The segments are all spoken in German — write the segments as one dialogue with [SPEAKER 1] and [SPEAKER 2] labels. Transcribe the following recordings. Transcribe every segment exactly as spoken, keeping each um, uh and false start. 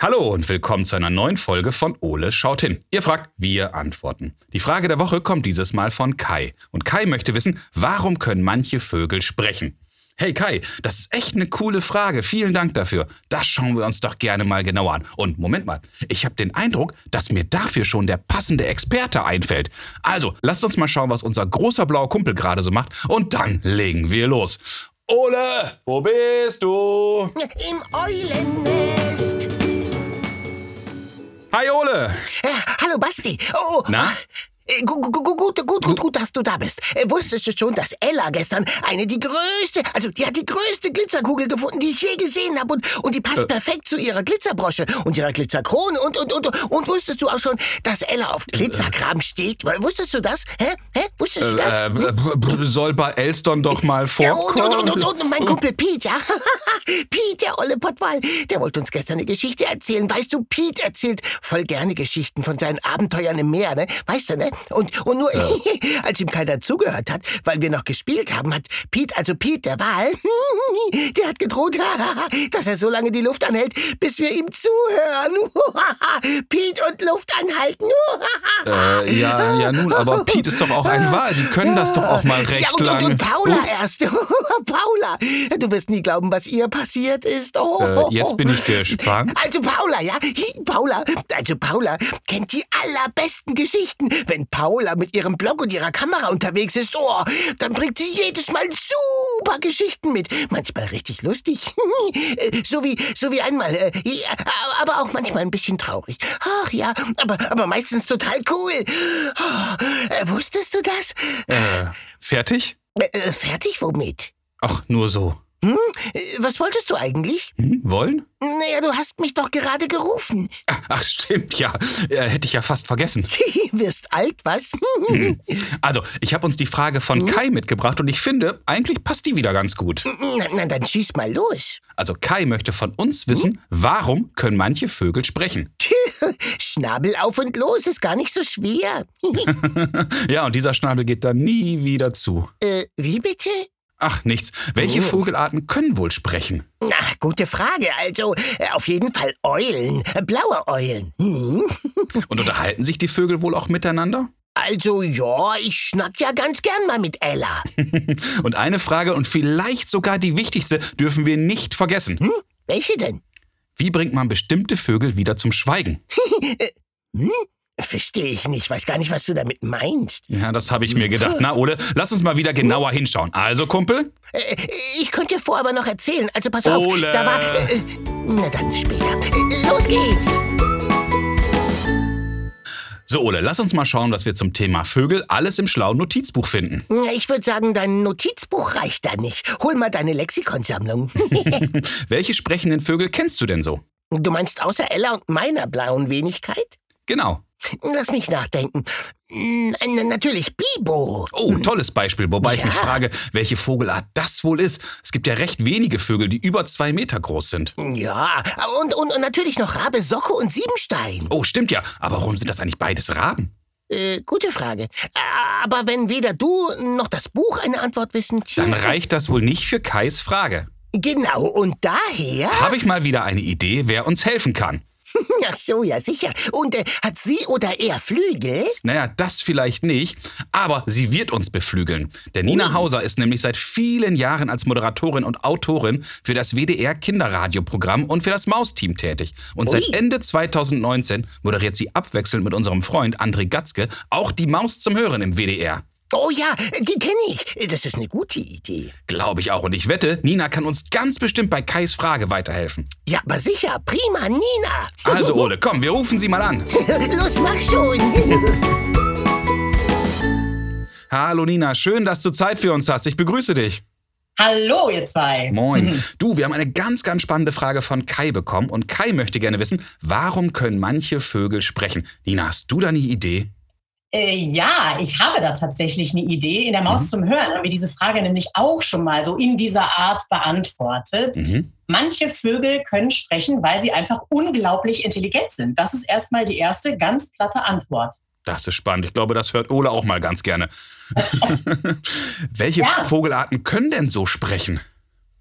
[SPEAKER 1] Hallo und willkommen zu einer neuen Folge von Ole schaut hin. Ihr fragt, wir antworten. Die Frage der Woche kommt dieses Mal von Kai. Und Kai möchte wissen, warum können manche Vögel sprechen? Hey Kai, das ist echt eine coole Frage. Vielen Dank dafür. Das schauen wir uns doch gerne mal genauer an. Und Moment mal, ich habe den Eindruck, dass mir dafür schon der passende Experte einfällt. Also, lasst uns mal schauen, was unser großer blauer Kumpel gerade so macht. Und dann legen wir los. Ole, wo bist du?
[SPEAKER 2] Im Eulennest.
[SPEAKER 1] Hi Ole.
[SPEAKER 2] Äh, hallo Basti. Oh,
[SPEAKER 1] Na?
[SPEAKER 2] Äh, Gut, gut, gut, gut, gut, gut, dass du da bist. Äh, Wusstest du schon, dass Ella gestern eine die größte, also die hat die größte Glitzerkugel gefunden, die ich je gesehen habe und, und die passt
[SPEAKER 1] Äh.
[SPEAKER 2] perfekt zu ihrer Glitzerbrosche und ihrer Glitzerkrone und, und, und, und wusstest du auch schon, dass Ella auf Glitzerkram steht? Wusstest du das? Hä? Hä? Wusstest du das?
[SPEAKER 1] Äh, b- b- soll bei Elston doch mal
[SPEAKER 2] Ja, und,
[SPEAKER 1] vorkommen?
[SPEAKER 2] und, und, und, und mein Kumpel Piet, ja? Piet, der olle Pottwal, der wollte uns gestern eine Geschichte erzählen. Weißt du, Piet erzählt voll gerne Geschichten von seinen Abenteuern im Meer, ne? Weißt du, ne? Und, und nur, als ihm keiner zugehört hat, weil wir noch gespielt haben, hat Piet, also Piet, der Wal, der hat gedroht, dass er so lange die Luft anhält, bis wir ihm zuhören. Piet und Luft anhalten.
[SPEAKER 1] Äh, ja, ja nun, aber Piet ist doch auch ein Wal. Die können das doch auch mal recht
[SPEAKER 2] Ja, und, und,
[SPEAKER 1] lange.
[SPEAKER 2] und Paula erst. Paula, du wirst nie glauben, was ihr passiert ist. Oh.
[SPEAKER 1] Äh, jetzt bin ich gespannt.
[SPEAKER 2] Also Paula, ja? Paula, also Paula kennt die allerbesten Geschichten. Wenn Paula mit ihrem Blog und ihrer Kamera unterwegs ist, oh, dann bringt sie jedes Mal super Geschichten mit. Manchmal richtig lustig. so wie, so wie einmal, äh, ja, aber auch manchmal ein bisschen traurig. Ach ja, aber, aber meistens total cool. Oh, äh, wusstest du das?
[SPEAKER 1] Äh, fertig?
[SPEAKER 2] Äh, fertig womit?
[SPEAKER 1] Ach, nur so.
[SPEAKER 2] Hm? Äh, Was wolltest du eigentlich?
[SPEAKER 1] Hm, wollen?
[SPEAKER 2] Naja, du hast mich doch gerade gerufen.
[SPEAKER 1] Ach, ach, stimmt, ja. Äh, hätte ich ja fast vergessen.
[SPEAKER 2] Wirst alt, was?
[SPEAKER 1] Hm. Also, ich habe uns die Frage von Kai mitgebracht und ich finde, eigentlich passt die wieder ganz gut.
[SPEAKER 2] Na, na, dann schieß mal los.
[SPEAKER 1] Also, Kai möchte von uns wissen, warum können manche Vögel sprechen?
[SPEAKER 2] Schnabel auf und los, ist gar nicht so schwer.
[SPEAKER 1] Ja, und dieser Schnabel geht dann nie wieder zu.
[SPEAKER 2] äh, wie bitte?
[SPEAKER 1] Ach, nichts. Welche
[SPEAKER 2] Oh.
[SPEAKER 1] Vogelarten können wohl sprechen?
[SPEAKER 2] Na, gute Frage. Also, äh, auf jeden Fall Eulen. Äh, blaue Eulen. Hm?
[SPEAKER 1] Und unterhalten sich die Vögel wohl auch miteinander?
[SPEAKER 2] Also, ja, ich schnack ja ganz gern mal mit Ella.
[SPEAKER 1] Und eine Frage und vielleicht sogar die wichtigste dürfen wir nicht vergessen.
[SPEAKER 2] Hm? Welche denn?
[SPEAKER 1] Wie bringt man bestimmte Vögel wieder zum Schweigen?
[SPEAKER 2] Hm? Verstehe ich nicht. Weiß gar nicht, was du damit meinst.
[SPEAKER 1] Ja, das habe ich mir gedacht. Na, Ole, lass uns mal wieder genauer hinschauen. Also, Kumpel?
[SPEAKER 2] Äh, ich könnte dir vor aber noch erzählen. Also, pass auf.
[SPEAKER 1] Ole!
[SPEAKER 2] Da war... Äh, na, dann später. Äh, los geht's.
[SPEAKER 1] So, Ole, lass uns mal schauen, was wir zum Thema Vögel alles im schlauen Notizbuch finden.
[SPEAKER 2] Na, ich würde sagen, dein Notizbuch reicht da nicht. Hol mal deine Lexikonsammlung.
[SPEAKER 1] Welche sprechenden Vögel kennst du denn so?
[SPEAKER 2] Du meinst außer Ella und meiner blauen Wenigkeit?
[SPEAKER 1] Genau.
[SPEAKER 2] Lass mich nachdenken. N natürlich Bibo.
[SPEAKER 1] Oh, tolles Beispiel, wobei ich
[SPEAKER 2] Ja.
[SPEAKER 1] mich frage, welche Vogelart das wohl ist. Es gibt ja recht wenige Vögel, die über zwei Meter groß sind.
[SPEAKER 2] Ja, und, und, und natürlich noch Rabe, Socke und Siebenstein.
[SPEAKER 1] Oh, stimmt ja. Aber warum sind das eigentlich beides Raben?
[SPEAKER 2] Äh, gute Frage. Aber wenn weder du noch das Buch eine Antwort wissen, tja.
[SPEAKER 1] Dann reicht das wohl nicht für Kais Frage.
[SPEAKER 2] Genau, und daher...
[SPEAKER 1] Habe ich mal wieder eine Idee, wer uns helfen kann.
[SPEAKER 2] Ach so, ja sicher. Und äh, hat sie oder er Flügel?
[SPEAKER 1] Naja, das vielleicht nicht, aber sie wird uns beflügeln. Denn Nina
[SPEAKER 2] Ui.
[SPEAKER 1] Hauser ist nämlich seit vielen Jahren als Moderatorin und Autorin für das W D R-Kinderradioprogramm und für das Mausteam tätig. Und
[SPEAKER 2] Ui.
[SPEAKER 1] seit Ende zweitausendneunzehn moderiert sie abwechselnd mit unserem Freund André Gatzke auch die Maus zum Hören im W D R.
[SPEAKER 2] Oh ja, die kenne ich. Das ist eine gute Idee.
[SPEAKER 1] Glaube ich auch. Und ich wette, Nina kann uns ganz bestimmt bei Kais Frage weiterhelfen.
[SPEAKER 2] Ja, aber sicher. Prima, Nina.
[SPEAKER 1] Also Ole, komm, wir rufen sie mal an.
[SPEAKER 2] Los, mach schon.
[SPEAKER 1] Hallo Nina, schön, dass du Zeit für uns hast. Ich begrüße dich.
[SPEAKER 3] Hallo, ihr zwei.
[SPEAKER 1] Moin. Du, wir haben eine ganz, ganz spannende Frage von Kai bekommen. Und Kai möchte gerne wissen, warum können manche Vögel sprechen? Nina, hast du da eine Idee?
[SPEAKER 3] Äh, ja, ich habe da tatsächlich eine Idee. In der Maus
[SPEAKER 1] Mhm.
[SPEAKER 3] zum Hören haben wir diese Frage nämlich auch schon mal so in dieser Art beantwortet.
[SPEAKER 1] Mhm.
[SPEAKER 3] Manche Vögel können sprechen, weil sie einfach unglaublich intelligent sind. Das ist erstmal die erste ganz platte Antwort.
[SPEAKER 1] Das ist spannend. Ich glaube, das hört Ole auch mal ganz gerne. Welche
[SPEAKER 3] Ja.
[SPEAKER 1] Vogelarten können denn so sprechen?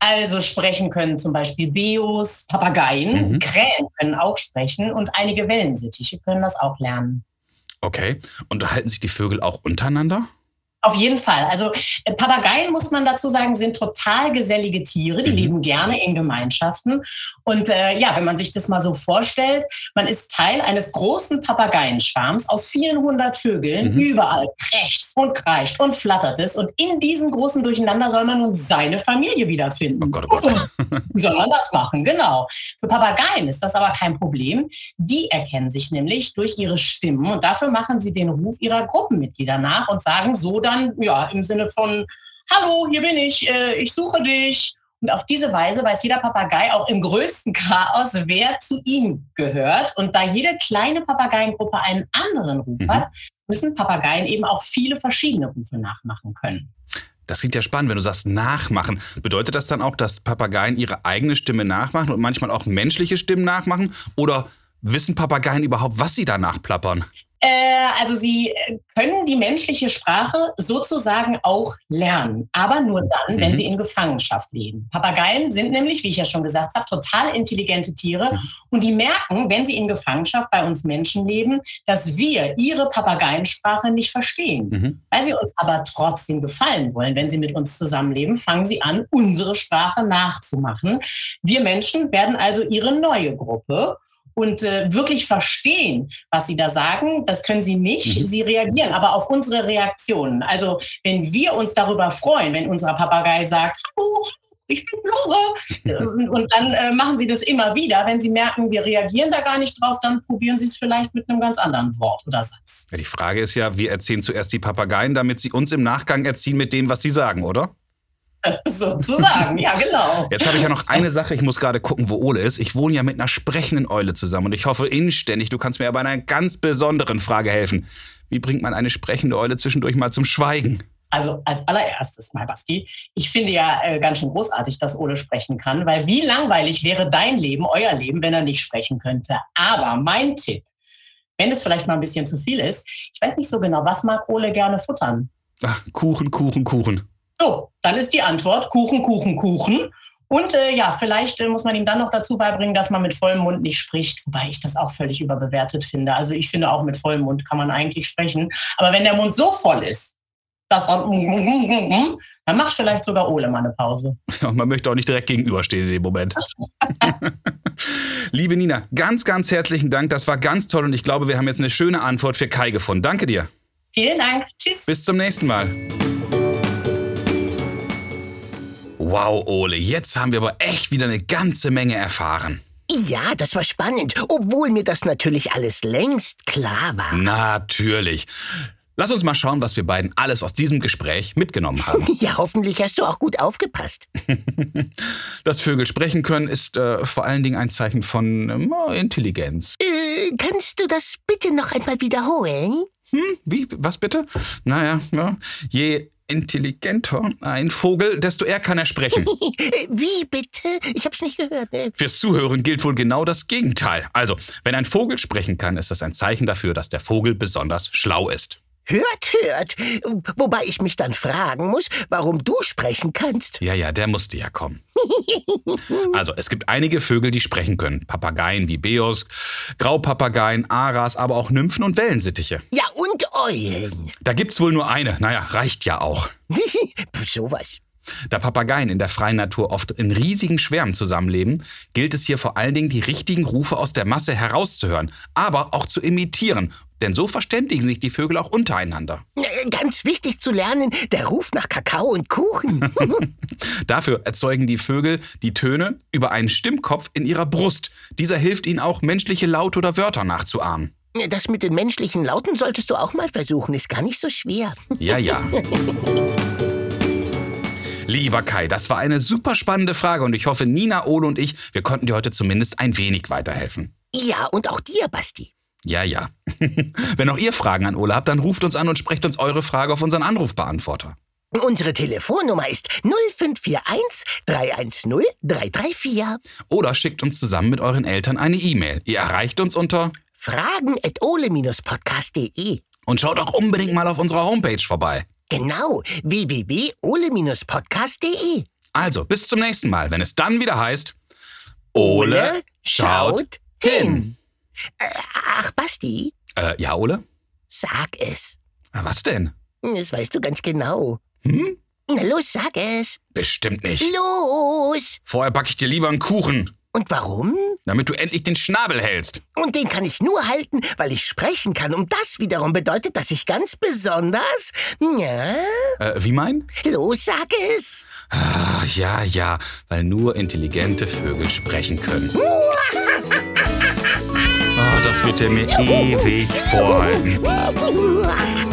[SPEAKER 3] Also sprechen können zum Beispiel Beos, Papageien,
[SPEAKER 1] Mhm.
[SPEAKER 3] Krähen können auch sprechen und einige Wellensittiche können das auch lernen.
[SPEAKER 1] Okay. Unterhalten sich die Vögel auch untereinander?
[SPEAKER 3] Auf jeden Fall. Also äh, Papageien, muss man dazu sagen, sind total gesellige Tiere. Die
[SPEAKER 1] Mhm.
[SPEAKER 3] leben gerne in Gemeinschaften. Und äh, ja, wenn man sich das mal so vorstellt, man ist Teil eines großen Papageienschwarms aus vielen hundert Vögeln.
[SPEAKER 1] Mhm.
[SPEAKER 3] Überall krächzt und kreischt und flattert es. Und in diesem großen Durcheinander soll man nun seine Familie wiederfinden.
[SPEAKER 1] Oh Gott, oh Gott.
[SPEAKER 3] Wie soll man das machen? Genau. Für Papageien ist das aber kein Problem. Die erkennen sich nämlich durch ihre Stimmen und dafür machen sie den Ruf ihrer Gruppenmitglieder nach und sagen so dann, ja, im Sinne von, hallo, hier bin ich, äh, ich suche dich. Und auf diese Weise weiß jeder Papagei auch im größten Chaos, wer zu ihm gehört. Und da jede kleine Papageiengruppe einen anderen Ruf
[SPEAKER 1] Mhm.
[SPEAKER 3] hat, müssen Papageien eben auch viele verschiedene Rufe nachmachen können.
[SPEAKER 1] Das klingt ja spannend, wenn du sagst nachmachen. Bedeutet das dann auch, dass Papageien ihre eigene Stimme nachmachen und manchmal auch menschliche Stimmen nachmachen? Oder wissen Papageien überhaupt, was sie da nachplappern?
[SPEAKER 3] Äh, also sie äh, können die menschliche Sprache sozusagen auch lernen, aber nur dann, wenn
[SPEAKER 1] Mhm.
[SPEAKER 3] sie in Gefangenschaft leben. Papageien sind nämlich, wie ich ja schon gesagt habe, total intelligente Tiere
[SPEAKER 1] Mhm.
[SPEAKER 3] und die merken, wenn sie in Gefangenschaft bei uns Menschen leben, dass wir ihre Papageiensprache nicht verstehen.
[SPEAKER 1] Mhm.
[SPEAKER 3] Weil sie uns aber trotzdem gefallen wollen, wenn sie mit uns zusammenleben, fangen sie an, unsere Sprache nachzumachen. Wir Menschen werden also ihre neue Gruppe. Und äh, wirklich verstehen, was sie da sagen, das können sie nicht.
[SPEAKER 1] Mhm.
[SPEAKER 3] Sie reagieren aber auf unsere Reaktionen. Also wenn wir uns darüber freuen, wenn unser Papagei sagt, hallo, ich bin Lore, und, und dann äh, machen sie das immer wieder. Wenn sie merken, wir reagieren da gar nicht drauf, dann probieren sie es vielleicht mit einem ganz anderen Wort oder Satz.
[SPEAKER 1] Ja, die Frage ist ja, wir erziehen zuerst die Papageien, damit sie uns im Nachgang erziehen mit dem, was sie sagen, oder?
[SPEAKER 3] Sozusagen, ja genau.
[SPEAKER 1] Jetzt habe ich ja noch eine Sache, ich muss gerade gucken, wo Ole ist. Ich wohne ja mit einer sprechenden Eule zusammen und ich hoffe inständig, du kannst mir aber bei einer ganz besonderen Frage helfen. Wie bringt man eine sprechende Eule zwischendurch mal zum Schweigen?
[SPEAKER 3] Also als allererstes mal, Basti, ich finde ja äh, ganz schön großartig, dass Ole sprechen kann, weil wie langweilig wäre dein Leben, euer Leben, wenn er nicht sprechen könnte. Aber mein Tipp, wenn es vielleicht mal ein bisschen zu viel ist, ich weiß nicht so genau, was mag Ole gerne futtern?
[SPEAKER 1] Ach, Kuchen, Kuchen, Kuchen.
[SPEAKER 3] So, dann ist die Antwort Kuchen, Kuchen, Kuchen. Und äh, ja, vielleicht äh, muss man ihm dann noch dazu beibringen, dass man mit vollem Mund nicht spricht, wobei ich das auch völlig überbewertet finde. Also ich finde, auch mit vollem Mund kann man eigentlich sprechen. Aber wenn der Mund so voll ist, dass dann, dann macht vielleicht sogar Ole mal eine Pause.
[SPEAKER 1] Ja, man möchte auch nicht direkt gegenüberstehen in dem Moment. Liebe Nina, ganz, ganz herzlichen Dank. Das war ganz toll und ich glaube, wir haben jetzt eine schöne Antwort für Kai gefunden. Danke dir.
[SPEAKER 3] Vielen Dank. Tschüss.
[SPEAKER 1] Bis zum nächsten Mal. Wow, Ole, jetzt haben wir aber echt wieder eine ganze Menge erfahren.
[SPEAKER 2] Ja, das war spannend, obwohl mir das natürlich alles längst klar war.
[SPEAKER 1] Natürlich. Lass uns mal schauen, was wir beiden alles aus diesem Gespräch mitgenommen haben.
[SPEAKER 2] Ja, hoffentlich hast du auch gut aufgepasst.
[SPEAKER 1] Dass Vögel sprechen können, ist äh, vor allen Dingen ein Zeichen von ähm, Intelligenz.
[SPEAKER 2] Äh, kannst du das bitte noch einmal wiederholen?
[SPEAKER 1] Hm, wie? Was bitte? Naja, ja. Je intelligenter ein Vogel, desto eher kann er sprechen.
[SPEAKER 2] Wie bitte? Ich hab's nicht gehört. Ne?
[SPEAKER 1] Fürs Zuhören gilt wohl genau das Gegenteil. Also, wenn ein Vogel sprechen kann, ist das ein Zeichen dafür, dass der Vogel besonders schlau ist.
[SPEAKER 2] Hört, hört. Wobei ich mich dann fragen muss, warum du sprechen kannst.
[SPEAKER 1] Ja, ja, der musste ja kommen. Also, es gibt einige Vögel, die sprechen können. Papageien wie Beos, Graupapageien, Aras, aber auch Nymphen und Wellensittiche.
[SPEAKER 2] Ja, und Eulen.
[SPEAKER 1] Da gibt's wohl nur eine. Naja, reicht ja auch.
[SPEAKER 2] Sowas.
[SPEAKER 1] Da Papageien in der freien Natur oft in riesigen Schwärmen zusammenleben, gilt es hier vor allen Dingen, die richtigen Rufe aus der Masse herauszuhören, aber auch zu imitieren. Denn so verständigen sich die Vögel auch untereinander.
[SPEAKER 2] Ganz wichtig zu lernen, der Ruf nach Kakao und Kuchen.
[SPEAKER 1] Dafür erzeugen die Vögel die Töne über einen Stimmkopf in ihrer Brust. Dieser hilft ihnen auch, menschliche Laute oder Wörter nachzuahmen.
[SPEAKER 2] Das mit den menschlichen Lauten solltest du auch mal versuchen, ist gar nicht so schwer.
[SPEAKER 1] Ja, ja. Lieber Kai, das war eine super spannende Frage und ich hoffe, Nina, Ole und ich, wir konnten dir heute zumindest ein wenig weiterhelfen.
[SPEAKER 2] Ja, und auch dir, Basti.
[SPEAKER 1] Ja, ja. Wenn auch ihr Fragen an Ole habt, dann ruft uns an und sprecht uns eure Frage auf unseren Anrufbeantworter.
[SPEAKER 2] Unsere Telefonnummer ist null fünf vier eins, drei eins null, drei drei vier.
[SPEAKER 1] Oder schickt uns zusammen mit euren Eltern eine E-Mail. Ihr erreicht uns unter
[SPEAKER 2] fragen at ole podcast punkt de.
[SPEAKER 1] und schaut auch unbedingt mal auf unserer Homepage vorbei.
[SPEAKER 2] Genau, w w w punkt ole podcast punkt de.
[SPEAKER 1] Also, bis zum nächsten Mal, wenn es dann wieder heißt, Ole schaut hin.
[SPEAKER 2] Äh, ach, Basti,
[SPEAKER 1] Äh, ja, Ole?
[SPEAKER 2] sag es.
[SPEAKER 1] Was denn?
[SPEAKER 2] Das weißt du ganz genau.
[SPEAKER 1] Hm?
[SPEAKER 2] Na los, sag es.
[SPEAKER 1] Bestimmt nicht.
[SPEAKER 2] Los.
[SPEAKER 1] Vorher backe ich dir lieber einen Kuchen,
[SPEAKER 2] Und warum?
[SPEAKER 1] damit du endlich den Schnabel hältst.
[SPEAKER 2] Und den kann ich nur halten, weil ich sprechen kann. Und das wiederum bedeutet, dass ich ganz besonders... Ja,
[SPEAKER 1] Äh, wie mein?
[SPEAKER 2] los, sag es.
[SPEAKER 1] Ah, ja, ja, weil nur intelligente Vögel sprechen können. Oh, das wird er mir ewig vorhalten.